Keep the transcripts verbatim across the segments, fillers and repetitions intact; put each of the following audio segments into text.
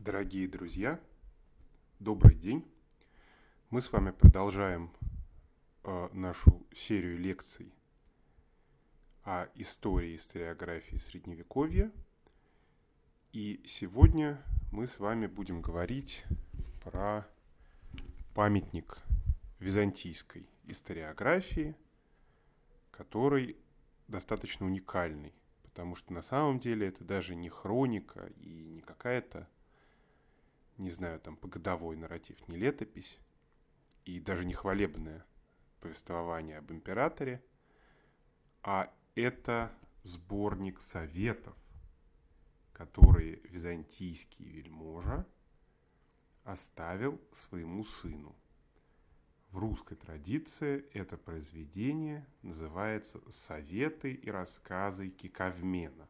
Дорогие друзья, добрый день. Мы с вами продолжаем э, нашу серию лекций о истории и историографии Средневековья. И сегодня мы с вами будем говорить про памятник византийской историографии, который достаточно уникальный, потому что на самом деле это даже не хроника и не какая-то, не знаю, там, погодовой нарратив, не летопись, и даже не хвалебное повествование об императоре, а это сборник советов, которые византийский вельможа оставил своему сыну. В русской традиции это произведение называется «Советы и рассказы Кекавмена».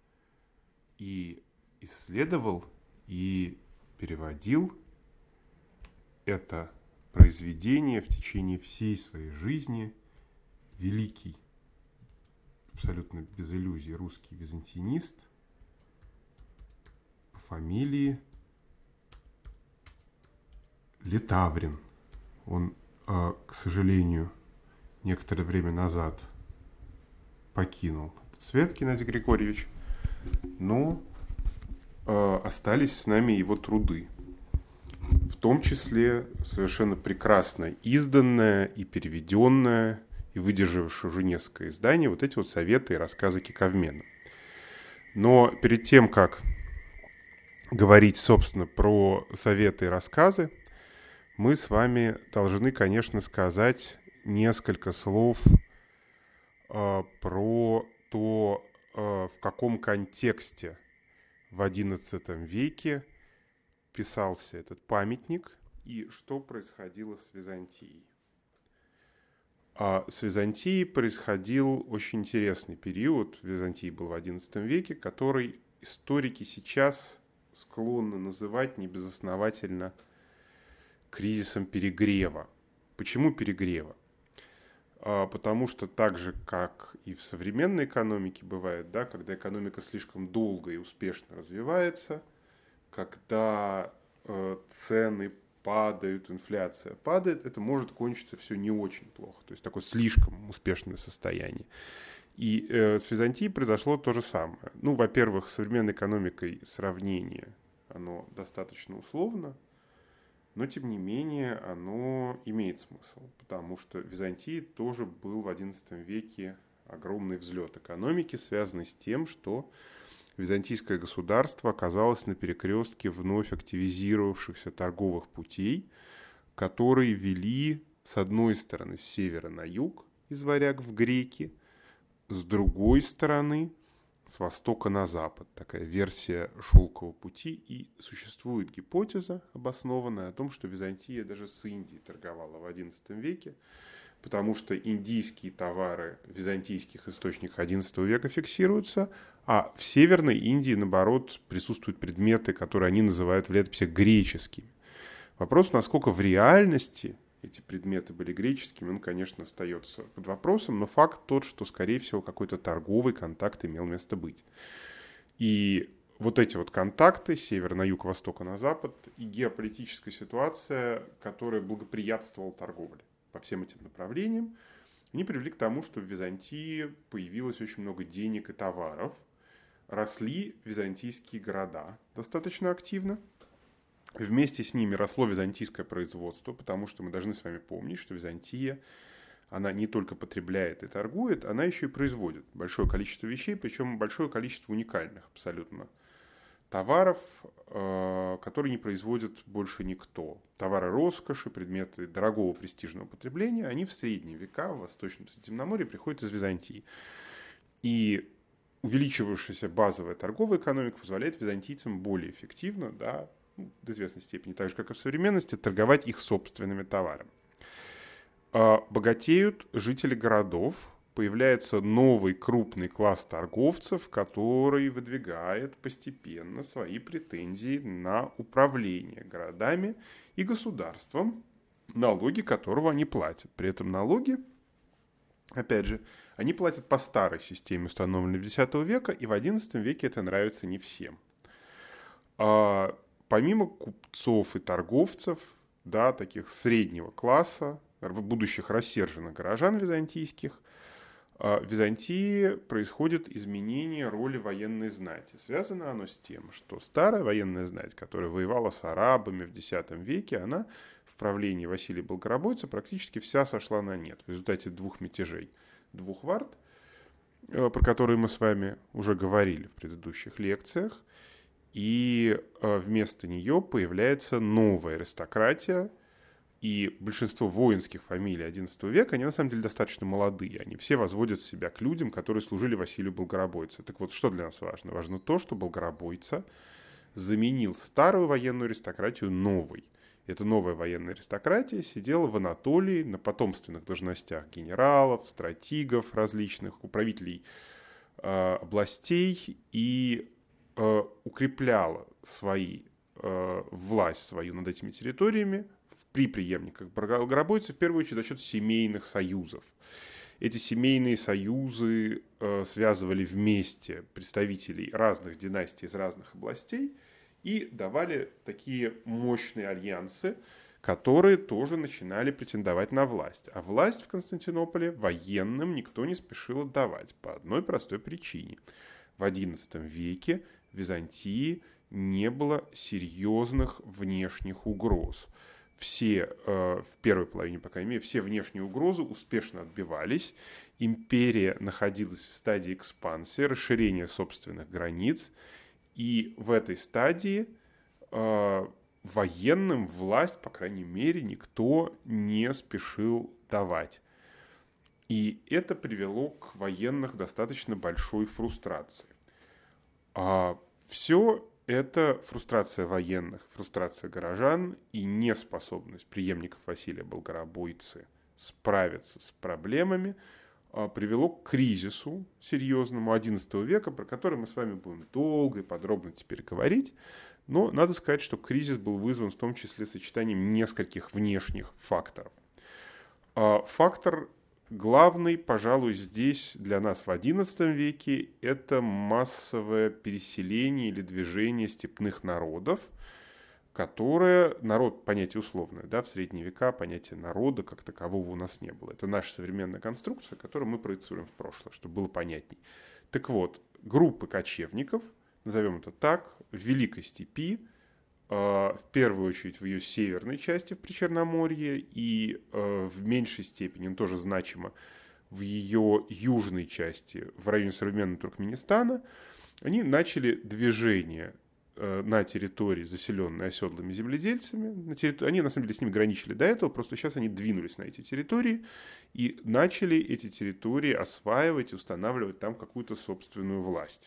И исследовал и переводил это произведение в течение всей своей жизни великий, абсолютно без иллюзий, русский византинист по фамилии Летаврин. Он, к сожалению, некоторое время назад покинул этот свет, Геннадий Григорьевич, но остались с нами его труды, в том числе совершенно прекрасно изданное и переведенное, и выдержавшее уже несколько изданий, вот эти вот советы и рассказы Кекавмена. Но перед тем, как говорить, собственно, про советы и рассказы, мы с вами должны, конечно, сказать несколько слов э, про то, э, в каком контексте в одиннадцатом веке писался этот памятник и что происходило с Византией. А с Византией происходил очень интересный период. Византии был в одиннадцатом веке, который историки сейчас склонны называть небезосновательно кризисом перегрева. Почему перегрева? А, потому что так же, как и в современной экономике бывает, да, когда экономика слишком долго и успешно развивается, когда э, цены падают, инфляция падает, это может кончиться все не очень плохо. То есть такое слишком успешное состояние. И э, с Византией произошло то же самое. Ну, во-первых, с современной экономикой сравнение, оно достаточно условно, но, тем не менее, оно имеет смысл, потому что в Византии тоже был в одиннадцатом веке огромный взлет экономики, связанный с тем, что византийское государство оказалось на перекрестке вновь активизировавшихся торговых путей, которые вели, с одной стороны, с севера на юг, из варяг в греки, с другой стороны, с востока на запад. Такая версия шелкового пути. И существует гипотеза, обоснованная о том, что Византия даже с Индией торговала в одиннадцатом веке, потому что индийские товары в византийских источниках одиннадцатого века фиксируются, а в Северной Индии, наоборот, присутствуют предметы, которые они называют в летописях греческими. Вопрос, насколько в реальности эти предметы были греческими, он, конечно, остается под вопросом, но факт тот, что, скорее всего, какой-то торговый контакт имел место быть. И вот эти вот контакты, с севера на юг, востока на запад, и геополитическая ситуация, которая благоприятствовала торговле по всем этим направлениям, они привели к тому, что в Византии появилось очень много денег и товаров, росли византийские города достаточно активно. Вместе с ними росло византийское производство, потому что мы должны с вами помнить, что Византия, она не только потребляет и торгует, она еще и производит большое количество вещей, причем большое количество уникальных абсолютно товаров, которые не производит больше никто. Товары роскоши, предметы дорогого престижного потребления, они в средние века в Восточном Средиземноморье приходят из Византии. И увеличивавшаяся базовая торговая экономика позволяет византийцам более эффективно, да, до известной степени, так же, как и в современности, торговать их собственными товарами. Богатеют жители городов, появляется новый крупный класс торговцев, который выдвигает постепенно свои претензии на управление городами и государством, налоги которого они платят. При этом налоги, опять же, они платят по старой системе, установленной в X века, и в одиннадцатом веке это нравится не всем. помимо купцов и торговцев, да, таких среднего класса, будущих рассерженных горожан византийских, в Византии происходит изменение роли военной знати. Связано оно с тем, что старая военная знать, которая воевала с арабами в десятом веке, она в правлении Василия Болгоробойца практически вся сошла на нет в результате двух мятежей, двух вард, про которые мы с вами уже говорили в предыдущих лекциях. И вместо нее появляется новая аристократия, и большинство воинских фамилий одиннадцатого века, они на самом деле достаточно молодые. Они все возводят себя к людям, которые служили Василию Болгоробойцу. Так вот, что для нас важно? Важно то, что Болгоробойца заменил старую военную аристократию новой. Эта новая военная аристократия сидела в Анатолии на потомственных должностях генералов, стратегов различных, управителей э, областей и э, укрепляла свои, э, власть свою над этими территориями при преемниках Болгоробойца, в первую очередь, за счет семейных союзов. Эти семейные союзы э, связывали вместе представителей разных династий из разных областей и давали такие мощные альянсы, которые тоже начинали претендовать на власть. А власть в Константинополе военным никто не спешил отдавать по одной простой причине. В одиннадцатом веке в Византии не было серьезных внешних угроз. Все, в первой половине, по крайней мере, все внешние угрозы успешно отбивались. Империя находилась в стадии экспансии, расширения собственных границ. И в этой стадии военным власть, по крайней мере, никто не спешил давать. И это привело к военных достаточно большой фрустрации. Все это фрустрация военных, фрустрация горожан и неспособность преемников Василия Болгоробойцы справиться с проблемами привело к кризису серьезному одиннадцатого века, про который мы с вами будем долго и подробно теперь говорить. Но надо сказать, что кризис был вызван в том числе сочетанием нескольких внешних факторов. Фактор главный, пожалуй, здесь для нас в одиннадцатом веке – это массовое переселение или движение степных народов, которое, народ, понятие условное, да, в средние века понятия народа как такового у нас не было. Это наша современная конструкция, которую мы проецируем в прошлое, чтобы было понятней. Так вот, группы кочевников, назовем это так, в Великой Степи, в первую очередь в ее северной части, в Причерноморье, и в меньшей степени, но тоже значимо, в ее южной части, в районе современного Туркменистана, они начали движение на территории, заселенной оседлыми земледельцами. На территор... Они, на самом деле, с ними граничили до этого, просто сейчас они двинулись на эти территории и начали эти территории осваивать и устанавливать там какую-то собственную власть.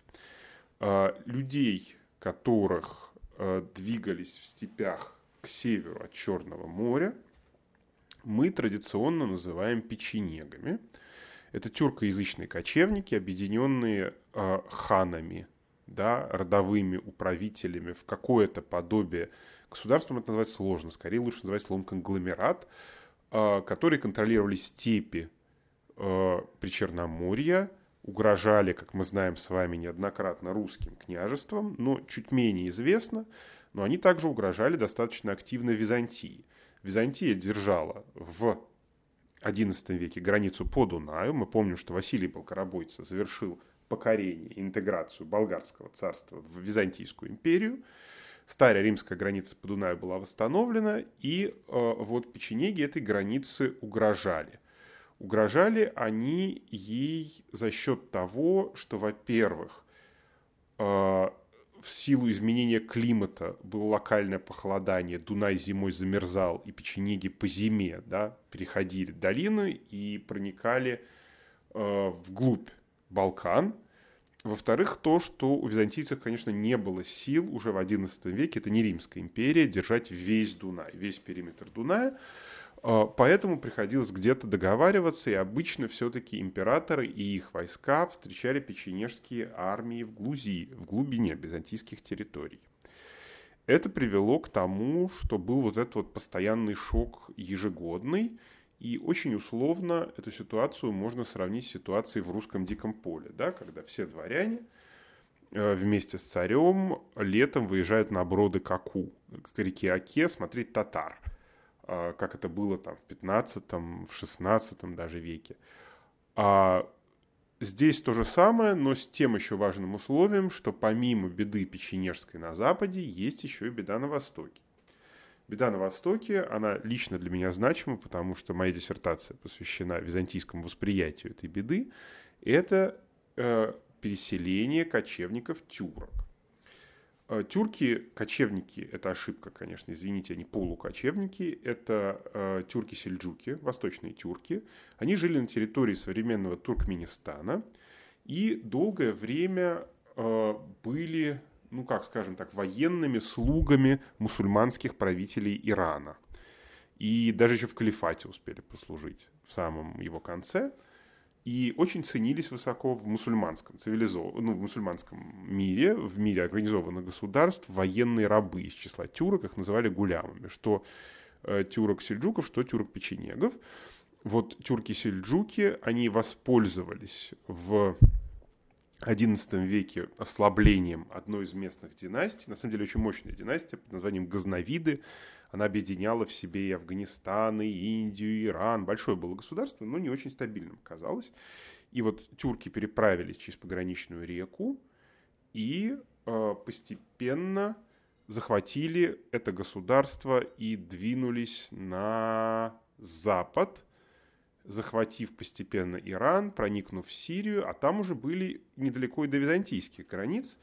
Людей, которых двигались в степях к северу от Черного моря, мы традиционно называем печенегами. Это тюркоязычные кочевники, объединенные э, ханами, да, родовыми управителями в какое-то подобие государства. Это назвать сложно, скорее лучше называть словом конгломерат, э, которые контролировали степи э, Причерноморья, угрожали, как мы знаем с вами, неоднократно русским княжествам, но чуть менее известно, но они также угрожали достаточно активно Византии. Византия держала в одиннадцатом веке границу по Дунаю. Мы помним, что Василий Болгоробойца завершил покорение и интеграцию болгарского царства в Византийскую империю. Старая римская граница по Дунаю была восстановлена, и э, вот печенеги этой границы угрожали. Угрожали они ей за счет того, что, во-первых, э, в силу изменения климата было локальное похолодание, Дунай зимой замерзал, и печенеги по зиме, да, переходили долины и проникали э, вглубь Балкан. Во-вторых, то, что у византийцев, конечно, не было сил уже в одиннадцатом веке, это не Римская империя, держать весь Дунай, весь периметр Дуная. Поэтому приходилось где-то договариваться, и обычно все-таки императоры и их войска встречали печенежские армии в Грузии, в глубине византийских территорий. Это привело к тому, что был вот этот вот постоянный шок ежегодный, и очень условно эту ситуацию можно сравнить с ситуацией в русском диком поле, да, когда все дворяне вместе с царем летом выезжают на броды к Аку, к реке Оке, смотреть татар, как это было там в пятнадцатом, в шестнадцатом даже веке. А здесь то же самое, но с тем еще важным условием, что помимо беды печенежской на западе, есть еще и беда на востоке. Беда на востоке, она лично для меня значима, потому что моя диссертация посвящена византийскому восприятию этой беды. Это э, переселение кочевников-тюрок. Э, тюрки-кочевники, это ошибка, конечно, извините, они полукочевники, это э, тюрки-сельджуки, восточные тюрки. Они жили на территории современного Туркменистана и долгое время э, были... ну, как скажем так, военными слугами мусульманских правителей Ирана. И даже еще в калифате успели послужить в самом его конце. И очень ценились высоко в мусульманском, цивилизов... ну, в мусульманском мире, в мире организованных государств, военные рабы из числа тюрок, их называли гулямами, что э, тюрок-сельджуков, что тюрок-печенегов. Вот тюрки-сельджуки, они воспользовались в одиннадцатом веке ослаблением одной из местных династий, на самом деле очень мощная династия под названием Газнавиды. Она объединяла в себе и Афганистан, и Индию, и Иран. Большое было государство, но не очень стабильным казалось. И вот тюрки переправились через пограничную реку и э, постепенно захватили это государство и двинулись на запад, захватив постепенно Иран, проникнув в Сирию, а там уже были недалеко и до византийских границ,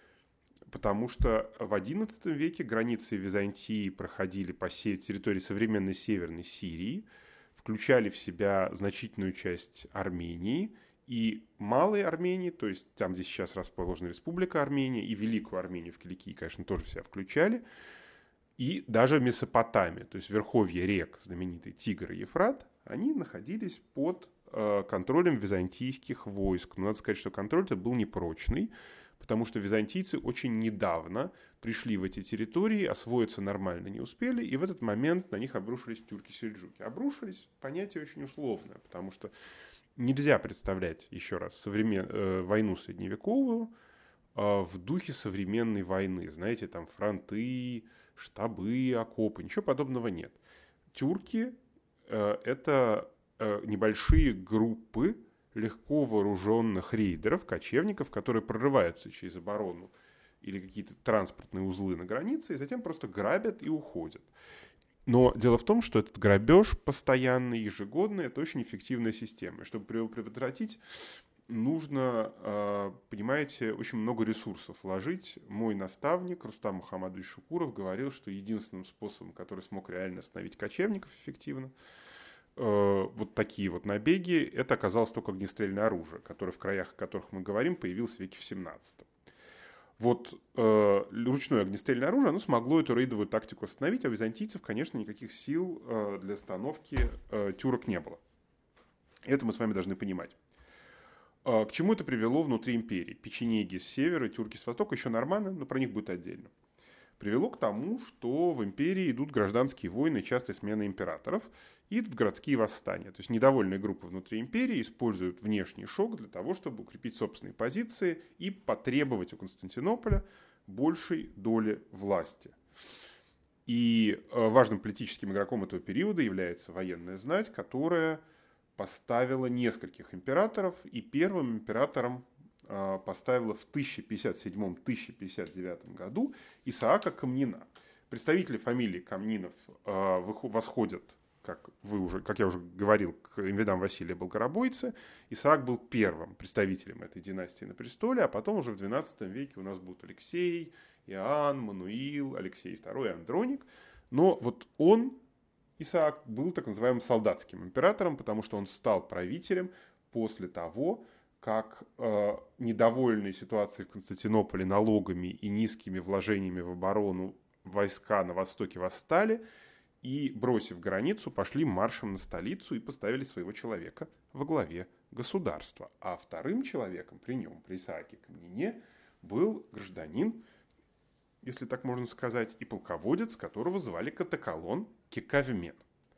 потому что в одиннадцатом веке границы Византии проходили по территории современной Северной Сирии, включали в себя значительную часть Армении и Малой Армении, то есть там, где сейчас расположена Республика Армения, и Великую Армению в Киликии, конечно, тоже себя включали, и даже Месопотамия, то есть верховье рек, знаменитый Тигр и Ефрат, они находились под э, контролем византийских войск. Но надо сказать, что контроль этот был непрочный, потому что византийцы очень недавно пришли в эти территории, освоиться нормально не успели, и в этот момент на них обрушились тюрки-сельджуки. Обрушились — понятие очень условное, потому что нельзя представлять, еще раз, современ... э, войну средневековую э, в духе современной войны. Знаете, там фронты, штабы, окопы, ничего подобного нет. Тюрки — это небольшие группы легко вооруженных рейдеров, кочевников, которые прорываются через оборону или какие-то транспортные узлы на границе и затем просто грабят и уходят. Но дело в том, что этот грабеж постоянный, ежегодный, это очень эффективная система. И чтобы его предотвратить, нужно, понимаете, очень много ресурсов вложить. Мой наставник Рустам Мухаммадович Шукуров говорил, что единственным способом, который смог реально остановить кочевников эффективно, вот такие вот набеги, это оказалось только огнестрельное оружие, которое в краях, о которых мы говорим, появилось в веке в семнадцатом. Вот э, ручное огнестрельное оружие, оно смогло эту рейдовую тактику остановить, а у византийцев, конечно, никаких сил э, для остановки э, тюрок не было. Это мы с вами должны понимать. К чему это привело внутри империи? Печенеги с севера, тюрки с востока еще нормально, но про них будет отдельно. Привело к тому, что в империи идут гражданские войны, частая смена императоров, и идут городские восстания. То есть недовольные группы внутри империи используют внешний шок для того, чтобы укрепить собственные позиции и потребовать у Константинополя большей доли власти. И важным политическим игроком этого периода является военная знать, которая поставила нескольких императоров, и первым императором э, поставила в тысяча пятьдесят седьмом — тысяча пятьдесят девятом году Исаака Комнина. Представители фамилии Комнинов э, восходят, как, вы уже, как я уже говорил, к именам Василия Болгоробойца. Исаак был первым представителем этой династии на престоле, а потом уже в двенадцатом веке у нас будут Алексей, Иоанн, Мануил, Алексей второй, Андроник. Но вот он, Исаак, был так называемым солдатским императором, потому что он стал правителем после того, как э, недовольные ситуацией в Константинополе налогами и низкими вложениями в оборону войска на востоке восстали и, бросив границу, пошли маршем на столицу и поставили своего человека во главе государства. А вторым человеком при нем, при Исааке Комнине, был гражданин, если так можно сказать, и полководец, которого звали Катаколон Кекавмен.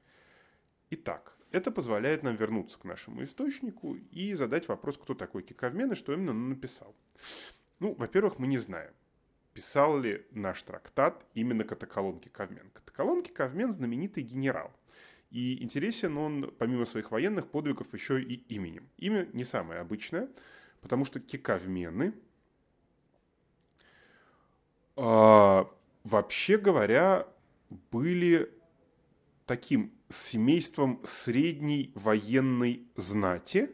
Итак, это позволяет нам вернуться к нашему источнику и задать вопрос, кто такой Кекавмен и что именно он написал. Ну, во-первых, мы не знаем, писал ли наш трактат именно Катаколон Кекавмен. Катаколон Кекавмен – знаменитый генерал. И интересен он, помимо своих военных подвигов, еще и именем. Имя не самое обычное, потому что кекавмены, э, вообще говоря, были таким семейством средней военной знати.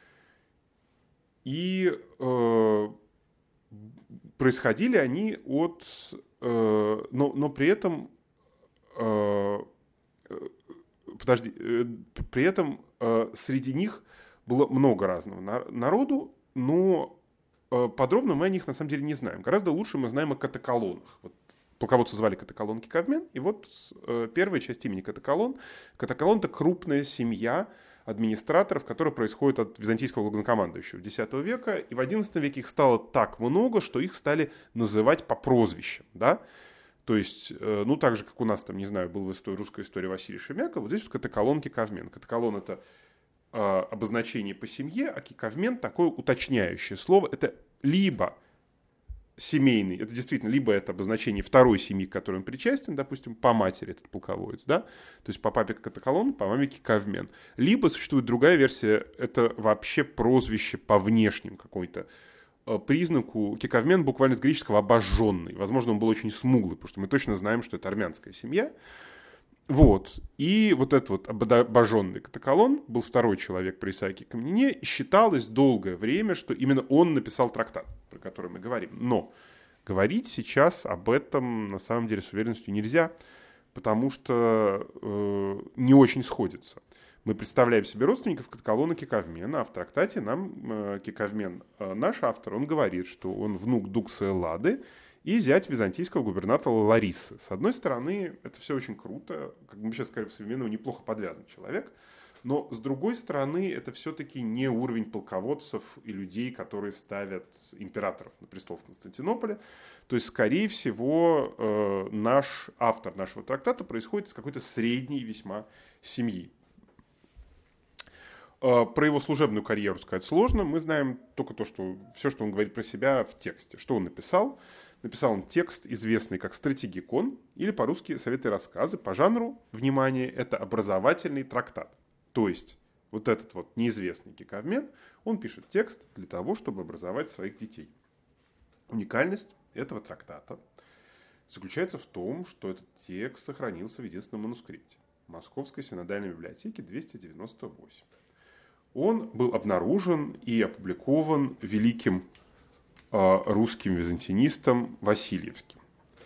И э, происходили они от... Э, но, но при этом... Э, Подожди, при этом э, среди них было много разного народу, но э, подробно мы о них на самом деле не знаем. Гораздо лучше мы знаем о катаколонах. Вот полководца звали Катаколон Кекавмен, и вот э, первая часть имени Катаколон. Катаколон – это крупная семья администраторов, которая происходит от византийского главнокомандующего десятого века, и в одиннадцатом веке их стало так много, что их стали называть по прозвищам, да. То есть, ну, так же, как у нас, там, не знаю, был в истории, русской истории Василий Шемяков, вот здесь вот Катаколон Кекавмен. Катаколон – это э, обозначение по семье, а Кекавмен – такое уточняющее слово. Это либо семейный, это действительно, либо это обозначение второй семьи, к которой он причастен, допустим, по матери этот полководец, да, то есть по папе Катаколон, по маме Кекавмен. Либо существует другая версия, это вообще прозвище по внешним какой-то признаку. Кекавмен буквально с греческого «обожженный». Возможно, он был очень смуглый, потому что мы точно знаем, что это армянская семья. Вот. И вот этот вот обожженный Катаколон был второй человек при Исааке Каменине, и считалось долгое время, что именно он написал трактат, про который мы говорим. Но говорить сейчас об этом на самом деле с уверенностью нельзя, потому что э, не очень сходится. Мы представляем себе родственников Катаколона Кекавмена, а в трактате нам э, Кекавмен, э, наш автор, он говорит, что он внук Дукса Эллады и зять византийского губернатора Ларисы. С одной стороны, это все очень круто, как мы сейчас скажем, современного неплохо подвязан человек, но с другой стороны, это все-таки не уровень полководцев и людей, которые ставят императоров на престол в Константинополе. То есть, скорее всего, э, наш автор нашего трактата происходит из какой-то средней весьма семьи. Про его служебную карьеру сказать сложно. Мы знаем только то, что все, что он говорит про себя в тексте. Что он написал? Написал он текст, известный как «Стратегикон», или по-русски «Советы и рассказы». По жанру, внимание, это образовательный трактат. То есть вот этот вот неизвестный Кекавмен, он пишет текст для того, чтобы образовать своих детей. Уникальность этого трактата заключается в том, что этот текст сохранился в единственном манускрипте Московской синодальной библиотеки двести девяносто восемь. Он был обнаружен и опубликован великим э, русским византинистом Васильевским.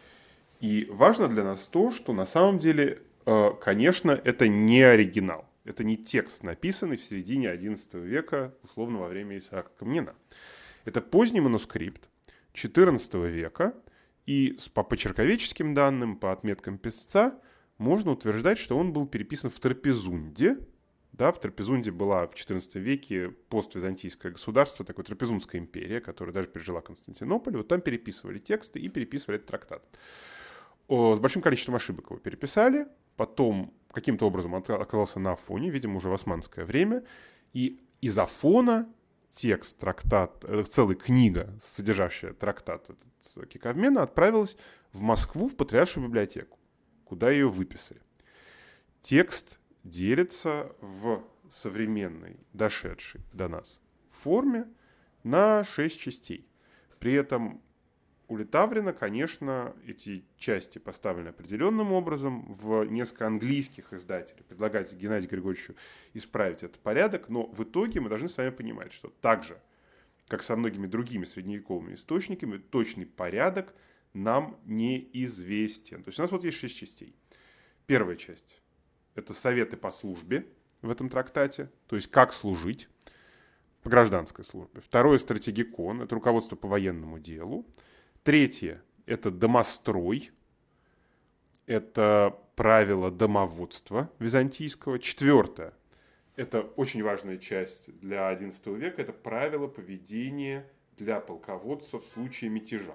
И важно для нас то, что на самом деле, э, конечно, это не оригинал. Это не текст, написанный в середине одиннадцатого века, условно во время Исаака Каменина. Это поздний манускрипт четырнадцатого века, и по почерковеческим данным, по отметкам писца, можно утверждать, что он был переписан в Трапезунде. Да, в Трапезунде была в четырнадцатом веке поствизантийское государство, такое Трапезундская империя, которая даже пережила Константинополь. Вот там переписывали тексты и переписывали этот трактат. О, с большим количеством ошибок его переписали. Потом каким-то образом он оказался на Афоне, видимо, уже в османское время. И из Афона текст, трактат, целая книга, содержащая трактат этот Кекавмена, отправилась в Москву в Патриаршую библиотеку, куда ее выписали. Текст делится в современной, дошедшей до нас форме на шесть частей. При этом у Литаврина, конечно, эти части поставлены определенным образом. В несколько английских издателей предлагается Геннадию Григорьевичу исправить этот порядок, но в итоге мы должны с вами понимать, что так же, как со многими другими средневековыми источниками, точный порядок нам неизвестен. То есть у нас вот есть шесть частей. Первая часть – это советы по службе в этом трактате, то есть как служить по гражданской службе. Второе – стратегикон, это руководство по военному делу. Третье – это домострой, это правила домоводства византийского. Четвертое – это очень важная часть для одиннадцатого века, это правила поведения для полководцев в случае мятежа.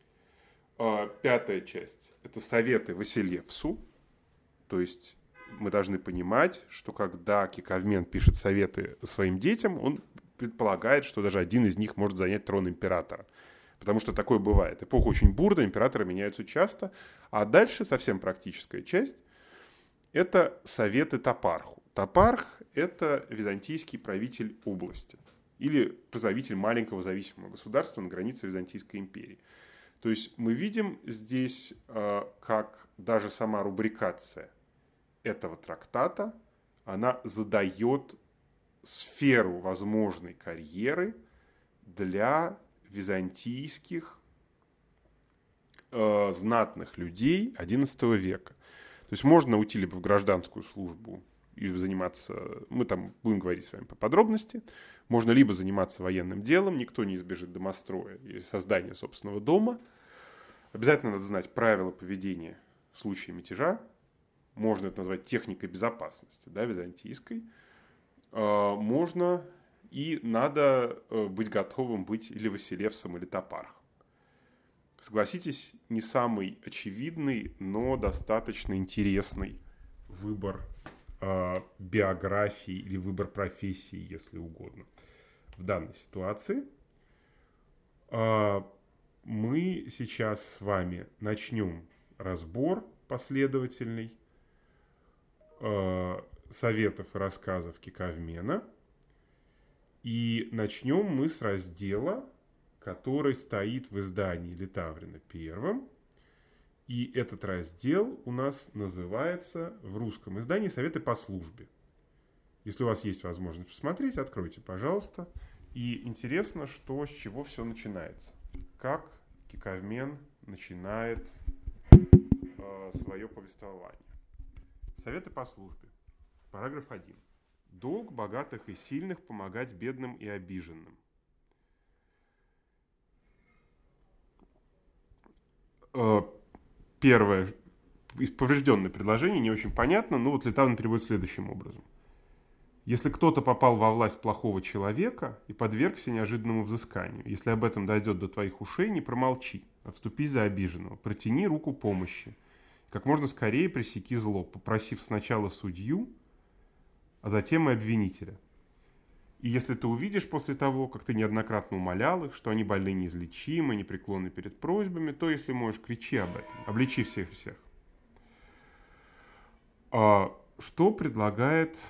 Пятая часть – это советы Василевсу, то есть мы должны понимать, что когда Кекавмен пишет советы своим детям, он предполагает, что даже один из них может занять трон императора. Потому что такое бывает. Эпоха очень бурная, императоры меняются часто. А дальше совсем практическая часть – это советы топарху. Топарх – это византийский правитель области или правитель маленького зависимого государства на границе Византийской империи. То есть мы видим здесь, как даже сама рубрикация этого трактата, она задает сферу возможной карьеры для византийских э, знатных людей одиннадцатого века. То есть можно уйти либо в гражданскую службу и заниматься, мы там будем говорить с вами по подробности, можно либо заниматься военным делом, никто не избежит домостроя или создания собственного дома. Обязательно надо знать правила поведения в случае мятежа. Можно это назвать техникой безопасности, да, византийской. Э, можно и надо быть готовым быть или Василевсом, или топархом. Согласитесь, не самый очевидный, но достаточно интересный выбор э, биографии или выбор профессии, если угодно. В данной ситуации э, мы сейчас с вами начнем разбор последовательный э, советов и рассказов Кекавмена. И начнем мы с раздела, который стоит в издании Литаврина первом. И этот раздел у нас называется в русском издании «Советы по службе». Если у вас есть возможность посмотреть, откройте, пожалуйста. И интересно, что с чего все начинается. Как Кекавмен начинает э, свое повествование. Советы по службе. Параграф один. Долг богатых и сильных помогать бедным и обиженным. Первое, поврежденное предложение, не очень понятно, но вот Литаврин переводит следующим образом. Если кто-то попал во власть плохого человека и подвергся неожиданному взысканию, если об этом дойдет до твоих ушей, не промолчи, а вступись за обиженного, протяни руку помощи, как можно скорее пресеки зло, попросив сначала судью, а затем и обвинителя. И если ты увидишь после того, как ты неоднократно умолял их, что они больны неизлечимы, непреклонны перед просьбами, то, если можешь, кричи об этом, обличи всех-всех. А что предлагает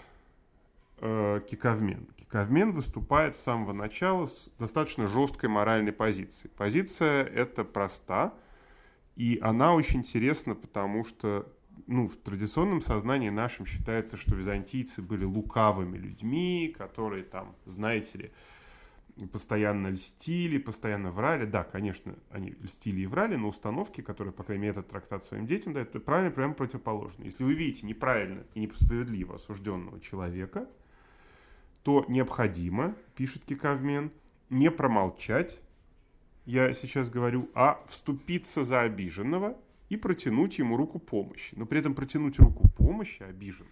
э, Кекавмен? Кекавмен выступает с самого начала с достаточно жесткой моральной позицией. Позиция эта проста, и она очень интересна, потому что ну, в традиционном сознании нашем считается, что византийцы были лукавыми людьми, которые там, знаете ли, постоянно льстили, постоянно врали. Да, конечно, они льстили и врали, но установки, которые, по крайней мере, этот трактат своим детям дает, это правильно, прямо противоположно. Если вы видите неправильно и несправедливо осужденного человека, то необходимо, пишет Кекавмен, не промолчать, я сейчас говорю, а вступиться за обиженного и протянуть ему руку помощи. Но при этом протянуть руку помощи обиженному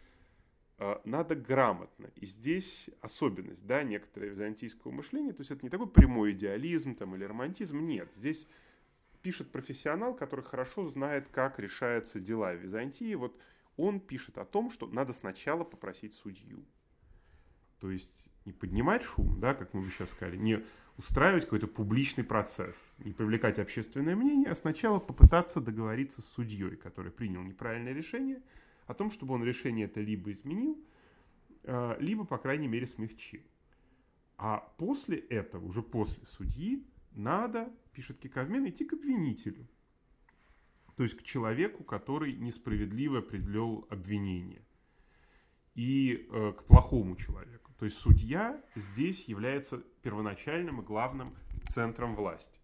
надо грамотно. И здесь особенность, да, некоторое византийского мышления. То есть это не такой прямой идеализм там, или романтизм. Нет, здесь пишет профессионал, который хорошо знает, как решаются дела в Византии. Вот он пишет о том, что надо сначала попросить судью. То есть не поднимать шум, да, как мы бы сейчас сказали, не устраивать какой-то публичный процесс, не привлекать общественное мнение, а сначала попытаться договориться с судьей, который принял неправильное решение, о том, чтобы он решение это либо изменил, либо, по крайней мере, смягчил. А после этого, уже после судьи, надо, пишет Кекавмен, идти к обвинителю. То есть к человеку, который несправедливо определил обвинение. И э, к плохому человеку. То есть судья здесь является первоначальным и главным центром власти.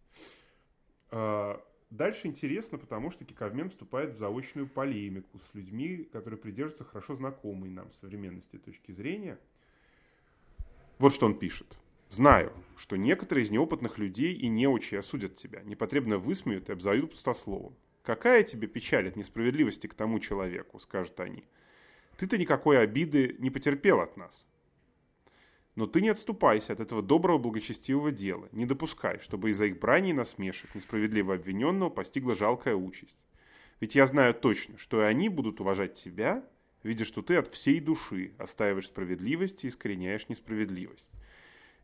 Э, дальше интересно, потому что Кекавмен вступает в заочную полемику с людьми, которые придерживаются хорошо знакомой нам современности точки зрения. Вот что он пишет. «Знаю, что некоторые из неопытных людей и неучи осудят тебя, непотребно высмеют и обзовут пустословом. Какая тебе печаль от несправедливости к тому человеку, скажут они. Ты-то никакой обиды не потерпел от нас. Но ты не отступайся от этого доброго благочестивого дела. Не допускай, чтобы из-за их брани и насмешек несправедливо обвиненного постигла жалкая участь. Ведь я знаю точно, что и они будут уважать тебя, видя, что ты от всей души отстаиваешь справедливость и искореняешь несправедливость.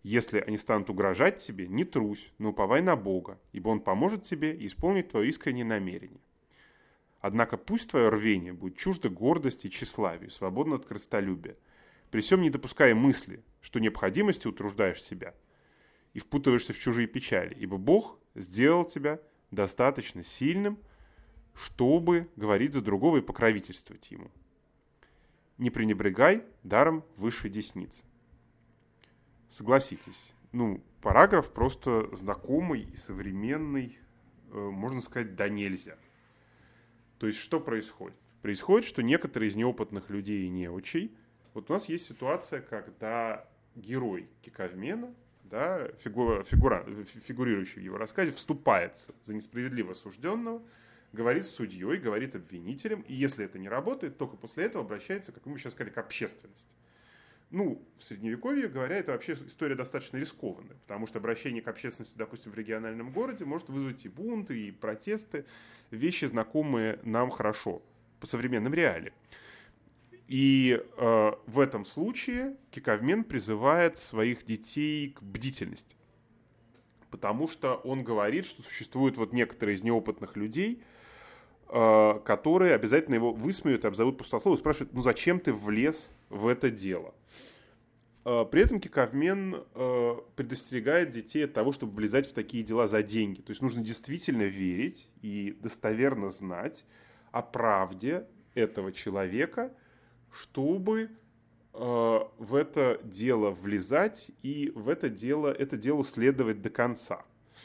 Если они станут угрожать тебе, не трусь, но уповай на Бога, ибо Он поможет тебе исполнить твое искреннее намерение. Однако пусть твое рвение будет чуждо гордости и тщеславию, свободно от корыстолюбия. При всем не допуская мысли, что необходимости утруждаешь себя и впутываешься в чужие печали, ибо Бог сделал тебя достаточно сильным, чтобы говорить за другого и покровительствовать ему. Не пренебрегай даром высшей десницы. Согласитесь, ну, параграф просто знакомый и современный, можно сказать, да нельзя. То есть, что происходит? Происходит, что некоторые из неопытных людей и неучей, вот у нас есть ситуация, когда герой Кекавмена, да, фигура, фигура, фигурирующий в его рассказе, вступается за несправедливо осужденного, говорит с судьей, говорит обвинителем, и если это не работает, только после этого обращается, как мы сейчас сказали, к общественности. Ну, в Средневековье, говоря, это вообще история достаточно рискованная, потому что обращение к общественности, допустим, в региональном городе может вызвать и бунты, и протесты, вещи, знакомые нам хорошо по современным реалиям. И э, в этом случае Кекавмен призывает своих детей к бдительности, потому что он говорит, что существуют вот некоторые из неопытных людей, э, которые обязательно его высмеют и обзовут пустословом, и спрашивают, ну зачем ты влез в это дело? Э, при этом Кекавмен э, предостерегает детей от того, чтобы влезать в такие дела за деньги. То есть нужно действительно верить и достоверно знать о правде этого человека, чтобы э, в это дело влезать и в это дело, это дело следовать до конца.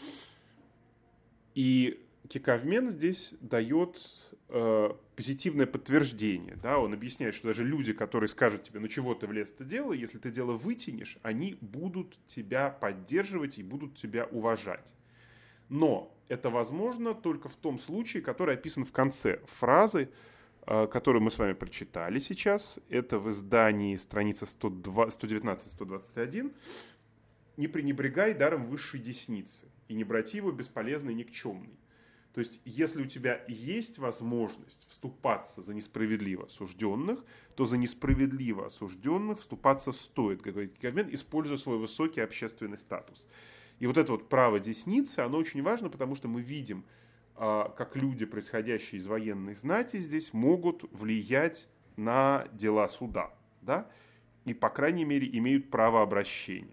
И Кекавмен здесь дает э, позитивное подтверждение. Да? Он объясняет, что даже люди, которые скажут тебе, ну чего ты влез в это дело, если ты дело вытянешь, они будут тебя поддерживать и будут тебя уважать. Но это возможно только в том случае, который описан в конце фразы, которую мы с вами прочитали сейчас. Это в издании страница сто девятнадцать сто двадцать один. «Не пренебрегай даром высшей десницы, и не брати его бесполезный и никчемный». То есть, если у тебя есть возможность вступаться за несправедливо осужденных, то за несправедливо осужденных вступаться стоит, как говорит Кекавмен, используя свой высокий общественный статус. И вот это вот право десницы, оно очень важно, потому что мы видим, как люди, происходящие из военной знати, здесь могут влиять на дела суда, да? И, по крайней мере, имеют право обращения.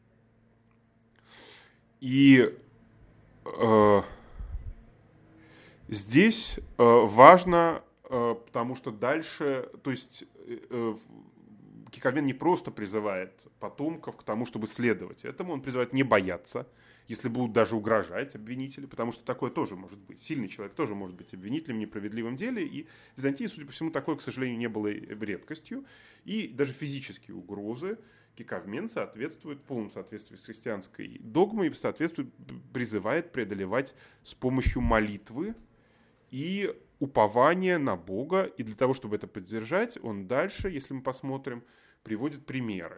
И э, здесь э, важно, э, потому что дальше, то есть э, Кекавмен не просто призывает потомков к тому, чтобы следовать этому, он призывает не бояться, если будут даже угрожать обвинители, потому что такое тоже может быть. Сильный человек тоже может быть обвинителем в неправедливом деле. И в Византии, судя по всему, такое, к сожалению, не было редкостью. И даже физические угрозы Кекавмен соответствует, в полном соответствии с христианской догмой, соответствует, призывает преодолевать с помощью молитвы и упования на Бога. И для того, чтобы это поддержать, он дальше, если мы посмотрим, приводит примеры.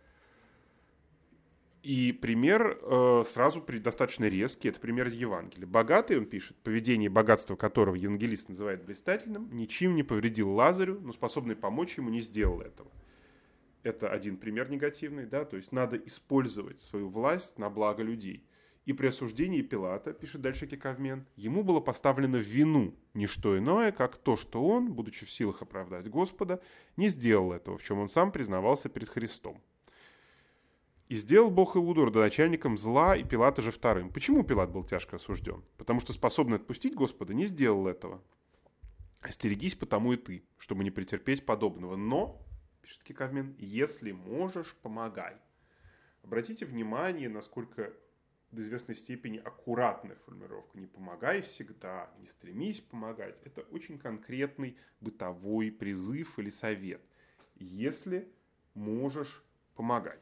И пример э, сразу достаточно резкий, это пример из Евангелия. Богатый, он пишет, поведение и богатство которого евангелист называет блистательным, ничем не повредил Лазарю, но способный помочь ему не сделал этого. Это один пример негативный, да, то есть надо использовать свою власть на благо людей. И при осуждении Пилата, пишет дальше Кекавмен, ему было поставлено в вину не что иное, как то, что он, будучи в силах оправдать Господа, не сделал этого, в чем он сам признавался перед Христом. И сделал Бог Иуду родоначальником зла, и Пилата же вторым. Почему Пилат был тяжко осужден? Потому что способный отпустить Господа не сделал этого. Остерегись потому и ты, чтобы не претерпеть подобного. Но, пишет Кекавмен, если можешь, помогай. Обратите внимание, насколько до известной степени аккуратная формулировка. Не помогай всегда, не стремись помогать. Это очень конкретный бытовой призыв или совет. Если можешь, помогай.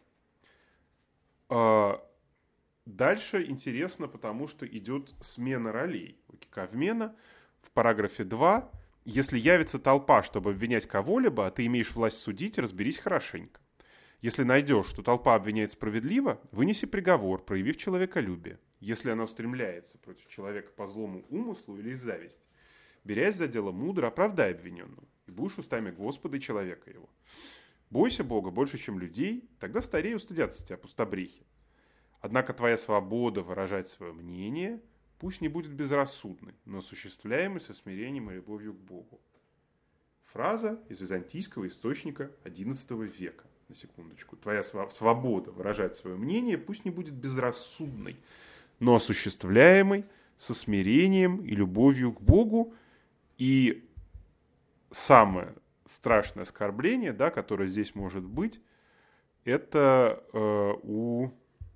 Дальше интересно, потому что идет смена ролей у Кекавмена. В параграфе два. Если явится толпа, чтобы обвинять кого-либо, а ты имеешь власть судить, разберись хорошенько. Если найдешь, что толпа обвиняет справедливо, вынеси приговор, проявив человеколюбие. Если она устремляется против человека по злому умыслу или из зависти, берясь за дело мудро, оправдай обвиненного, и будешь устами Господа и человека его. Бойся Бога больше, чем людей, тогда старее устыдятся тебя пустобрехи. Однако твоя свобода выражать свое мнение пусть не будет безрассудной, но осуществляемой со смирением и любовью к Богу. Фраза из византийского источника одиннадцатого века. На секундочку. Твоя свобода выражать свое мнение пусть не будет безрассудной, но осуществляемой со смирением и любовью к Богу. И самое страшное оскорбление, да, которое здесь может быть, это э, у,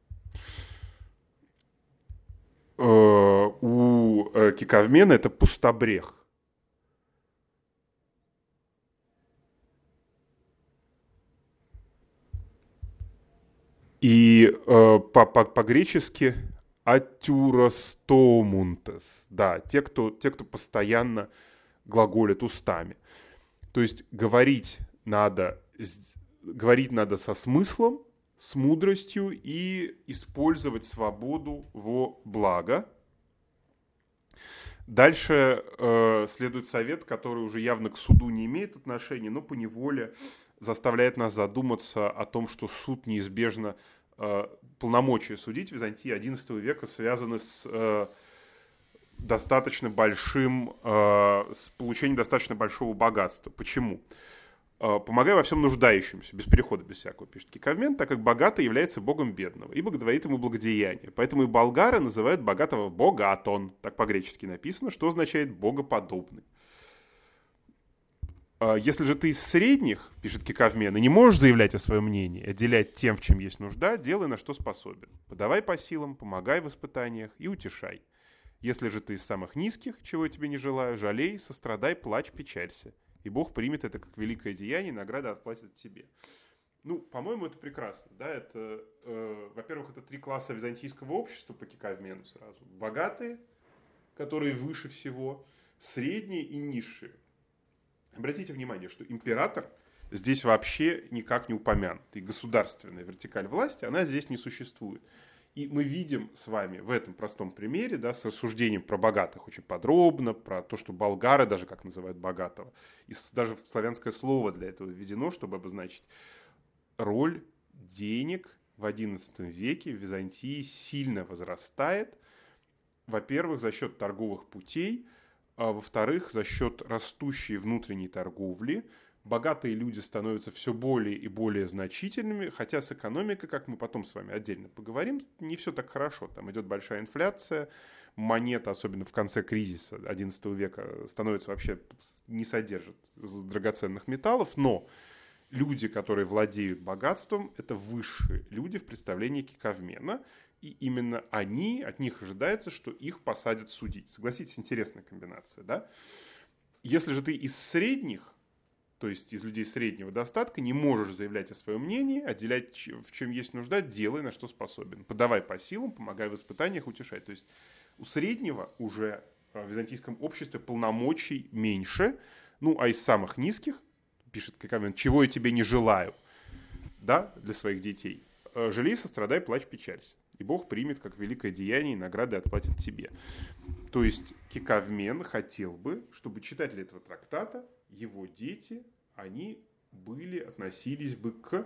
э, у э, Киковмена это пустобрех. И э, по- по- по-гречески атюростомунтес, да, те кто, те, кто постоянно глаголят устами. То есть говорить надо, говорить надо со смыслом, с мудростью и использовать свободу во благо. Дальше э, следует совет, который уже явно к суду не имеет отношения, но поневоле заставляет нас задуматься о том, что суд неизбежно, э, полномочия судить в Византии одиннадцатого века связаны с э, достаточно большим, э, с получением достаточно большого богатства. Почему? Э, «Помогай во всем нуждающимся», без перехода, без всякого, пишет Киковмен, так как богатый является богом бедного, ибо говорит ему благодеяние. Поэтому и болгары называют богатого богатон, так по-гречески написано, что означает богоподобный. Если же ты из средних, пишет Киковмен, и не можешь заявлять о своем мнении, отделять тем, в чем есть нужда, делай на что способен. Подавай по силам, помогай в испытаниях и утешай. Если же ты из самых низких, чего я тебе не желаю, жалей, сострадай, плачь, печалься. И Бог примет это как великое деяние, и награда отплатит тебе. Ну, по-моему, это прекрасно. Да? Это, э, во-первых, это три класса византийского общества по Киковмену сразу. Богатые, которые выше всего, средние и низшие. Обратите внимание, что император здесь вообще никак не упомянут. И государственная вертикаль власти, она здесь не существует. И мы видим с вами в этом простом примере, да, с рассуждением про богатых очень подробно, про то, что болгары даже как называют богатого. И даже славянское слово для этого введено, чтобы обозначить роль денег в одиннадцатом веке в Византии сильно возрастает. Во-первых, за счет торговых путей, а во-вторых, за счет растущей внутренней торговли. Богатые люди становятся все более и более значительными, хотя с экономикой, как мы потом с вами отдельно поговорим, не все так хорошо. Там идет большая инфляция, монета, особенно в конце кризиса одиннадцатого века, становится вообще, не содержит драгоценных металлов, но люди, которые владеют богатством, это высшие люди в представлении Киковмена, и именно они, от них ожидается, что их посадят судить. Согласитесь, интересная комбинация, да? Если же ты из средних, то есть из людей среднего достатка, не можешь заявлять о своем мнении, отделять, в чем есть нужда, делай, на что способен. Подавай по силам, помогай в испытаниях, утешай. То есть у среднего уже в византийском обществе полномочий меньше, ну, а из самых низких, пишет Киковмен, чего я тебе не желаю, да, для своих детей, жалей, сострадай, плачь, печалься. И Бог примет как великое деяние и награды отплатит тебе. То есть Киковмен хотел бы, чтобы читатели этого трактата, его дети, они были, относились бы к,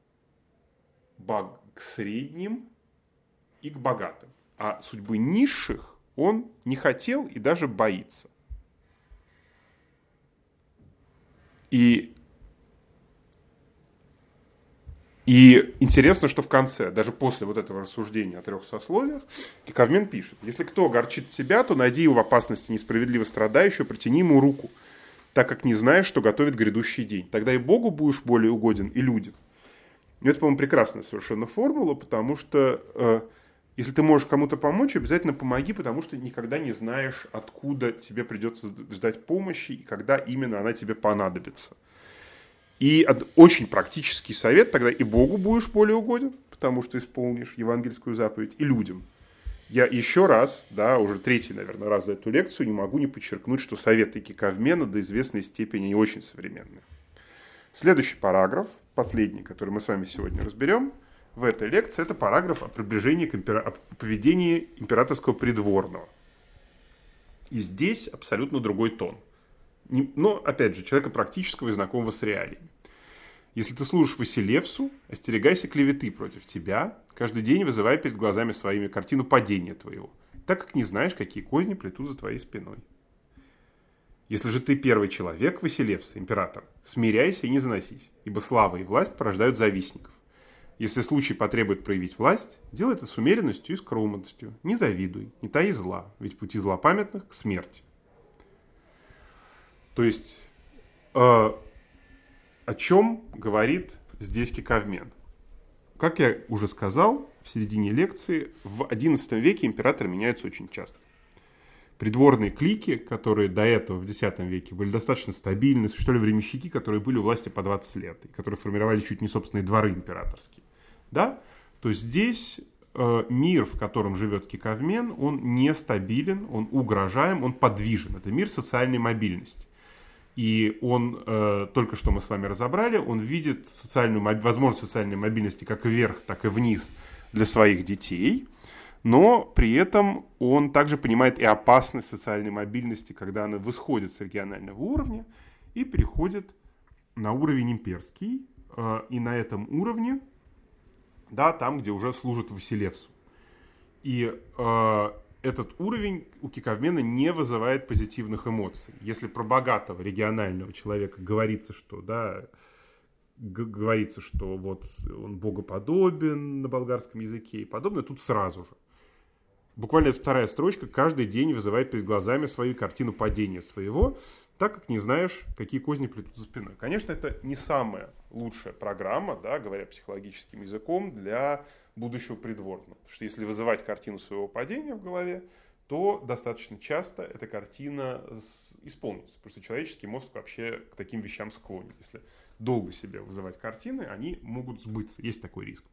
бог, к средним и к богатым. А судьбы низших он не хотел и даже боится. И И интересно, что в конце, даже после вот этого рассуждения о трех сословиях, Киковмен пишет: если кто огорчит тебя, то найди его в опасности несправедливо страдающего, протяни ему руку, так как не знаешь, что готовит грядущий день. Тогда и Богу будешь более угоден, и людям. И это, по-моему, прекрасная совершенно формула, потому что э, если ты можешь кому-то помочь, обязательно помоги, потому что никогда не знаешь, откуда тебе придется ждать помощи и когда именно она тебе понадобится. И очень практический совет, тогда и Богу будешь более угоден, потому что исполнишь евангельскую заповедь, и людям. Я еще раз, да, уже третий, наверное, раз за эту лекцию не могу не подчеркнуть, что советы Киковмена до известной степени не очень современные. Следующий параграф, последний, который мы с вами сегодня разберем в этой лекции, это параграф о приближении к импера... о поведении императорского придворного. И здесь абсолютно другой тон. Но, опять же, человека практического и знакомого с реалиями. Если ты служишь Василевсу, остерегайся клеветы против тебя, каждый день вызывай перед глазами своими картину падения твоего, так как не знаешь, какие козни плетут за твоей спиной. Если же ты первый человек, Василевса, император, смиряйся и не заносись, ибо слава и власть порождают завистников. Если случай потребует проявить власть, делай это с умеренностью и скромностью. Не завидуй, не таи зла, ведь пути злопамятных к смерти. То есть, э, о чем говорит здесь Кекавмен? Как я уже сказал в середине лекции, в одиннадцатом веке императоры меняются очень часто. Придворные клики, которые до этого в десятом веке были достаточно стабильны, существовали временщики, которые были у власти по двадцать лет, и которые формировали чуть не собственные дворы императорские. Да? То есть здесь э, мир, в котором живет Кекавмен, он нестабилен, он угрожаем, он подвижен. Это мир социальной мобильности. И он, э, только что мы с вами разобрали, он видит социальную, возможность социальной мобильности как вверх, так и вниз для своих детей. Но при этом он также понимает и опасность социальной мобильности, когда она восходит с регионального уровня и переходит на уровень имперский. И на этом уровне, да, там, где уже служит Василевсу. И э, этот уровень у Кекавмена не вызывает позитивных эмоций. Если про богатого регионального человека говорится, что, да, г- говорится, что вот он богоподобен на болгарском языке и подобное, тут сразу же. Буквально вторая строчка: каждый день вызывает перед глазами свою картину падения своего, так как не знаешь, какие козни плетут за спиной. Конечно, это не самая лучшая программа, да, говоря психологическим языком, для будущего придворного. Потому что если вызывать картину своего падения в голове, то достаточно часто эта картина исполнится. Потому что человеческий мозг вообще к таким вещам склонен. Если долго себе вызывать картины, они могут сбыться. Есть такой риск.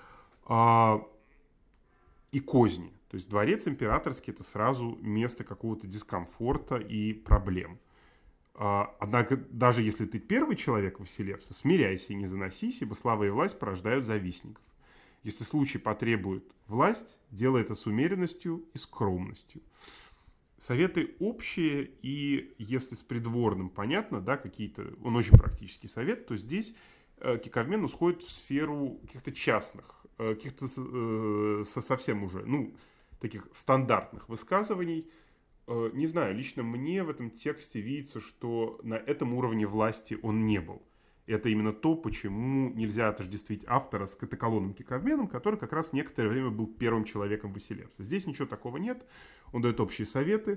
И козни. То есть дворец императорский — это сразу место какого-то дискомфорта и проблем. Однако, даже если ты первый человек Василевса, смиряйся и не заносись, ибо слава и власть порождают завистников. Если случай потребует власть, делай это с умеренностью и скромностью. Советы общие, и если с придворным понятно, да, какие-то, он очень практический совет, то здесь Кекавмен усходит в сферу каких-то частных, каких-то э, совсем уже, ну, таких стандартных высказываний. Э, не знаю, лично мне в этом тексте видится, что на этом уровне власти он не был. Это именно то, почему нельзя отождествить автора с Катекалоном Кекавменом, который как раз некоторое время был первым человеком Василевса. Здесь ничего такого нет, он дает общие советы,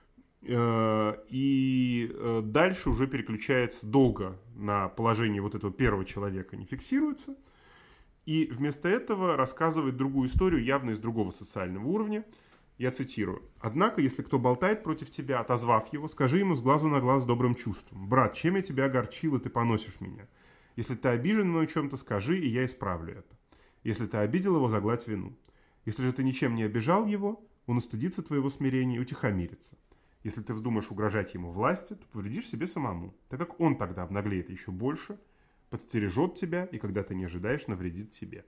э, и э, дальше уже переключается долго на положение вот этого первого человека, не фиксируется. И вместо этого рассказывает другую историю, явно из другого социального уровня. Я цитирую. «Однако, если кто болтает против тебя, отозвав его, скажи ему с глазу на глаз с добрым чувством: брат, чем я тебя огорчил, и ты поносишь меня? Если ты обижен мной чем-то, скажи, и я исправлю это. Если ты обидел его, загладь вину. Если же ты ничем не обижал его, он устыдится твоего смирения и утихомирится. Если ты вздумаешь угрожать ему власти, то повредишь себе самому, так как он тогда обнаглеет еще больше, подстережет тебя и, когда ты не ожидаешь, навредит тебе».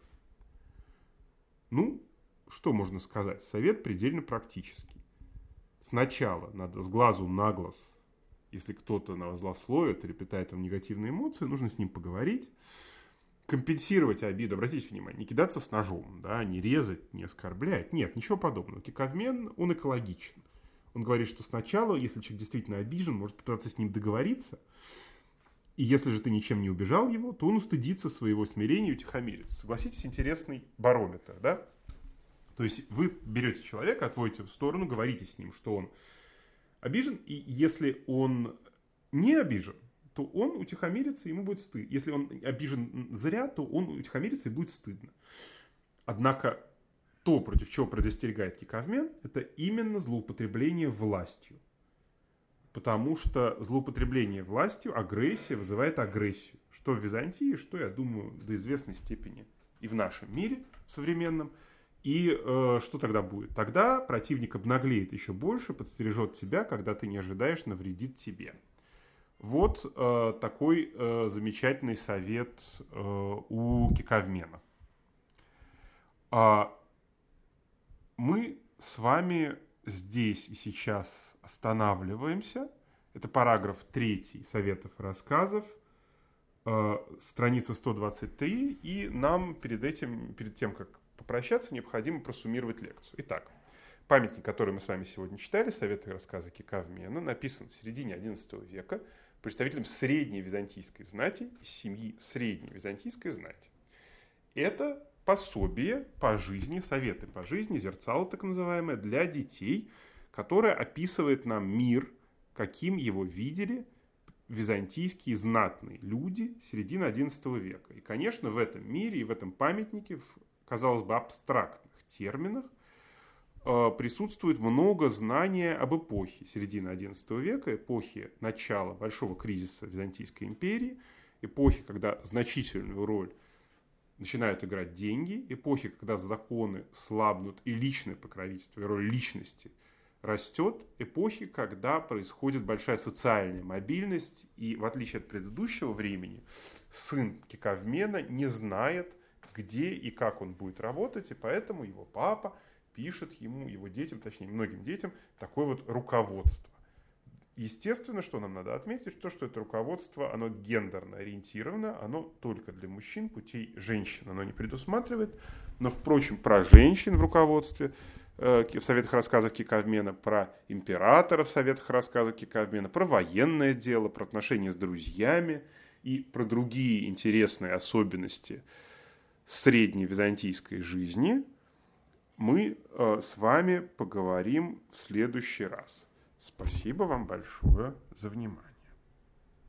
Ну, что можно сказать? Совет предельно практический. Сначала надо с глазу на глаз, если кто-то на вас злословит или питает вам негативные эмоции, нужно с ним поговорить, компенсировать обиду. Обратите внимание, не кидаться с ножом, да, не резать, не оскорблять. Нет, ничего подобного. Кекавмен, он экологичен. Он говорит, что сначала, если человек действительно обижен, может попытаться с ним договориться. И если же ты ничем не убежал его, то он устыдится своего смирения и утихомирится. Согласитесь, интересный барометр, да? То есть вы берете человека, отводите в сторону, говорите с ним, что он обижен, и если он не обижен, то он утихомирится, ему будет стыдно. Если он обижен зря, то он утихомирится и будет стыдно. Однако то, против чего предостерегает Кекавмен, это именно злоупотребление властью. Потому что злоупотребление властью, агрессия вызывает агрессию. Что в Византии, что, я думаю, до известной степени и в нашем мире современном. И э, что тогда будет? Тогда противник обнаглеет еще больше, подстережет тебя, когда ты не ожидаешь, навредит тебе. Вот э, такой э, замечательный совет э, у Кекавмена. А мы с вами здесь и сейчас останавливаемся. Это параграф третий советов и рассказов. страница сто двадцать три, и нам перед этим, перед тем, как попрощаться, необходимо просуммировать лекцию. Итак, памятник, который мы с вами сегодня читали, «Советы и рассказы Кекавмена», написан в середине одиннадцатого века представителем средней византийской знати, из семьи средней византийской знати. Это пособие по жизни, советы по жизни, зерцало так называемое, для детей, которое описывает нам мир, каким его видели византийские знатные люди середины одиннадцатого века. И, конечно, в этом мире и в этом памятнике, в, казалось бы, абстрактных терминах э, присутствует много знания об эпохе середины одиннадцатого века, эпохи начала большого кризиса Византийской империи, эпохи, когда значительную роль начинают играть деньги, эпохи, когда законы слабнут и личное покровительство, и роль личности растет, эпохи, когда происходит большая социальная мобильность, и в отличие от предыдущего времени, сын Кекавмена не знает, где и как он будет работать, и поэтому его папа пишет ему, его детям, точнее многим детям, такое вот руководство. Естественно, что нам надо отметить, то, что это руководство, оно гендерно ориентировано, оно только для мужчин, путей женщин оно не предусматривает, но, впрочем, про женщин в руководстве в советах и рассказах Кекавмена, про императора в советах и рассказах Кекавмена, про военное дело, про отношения с друзьями и про другие интересные особенности средней византийской жизни мы э, с вами поговорим в следующий раз. Спасибо вам большое за внимание.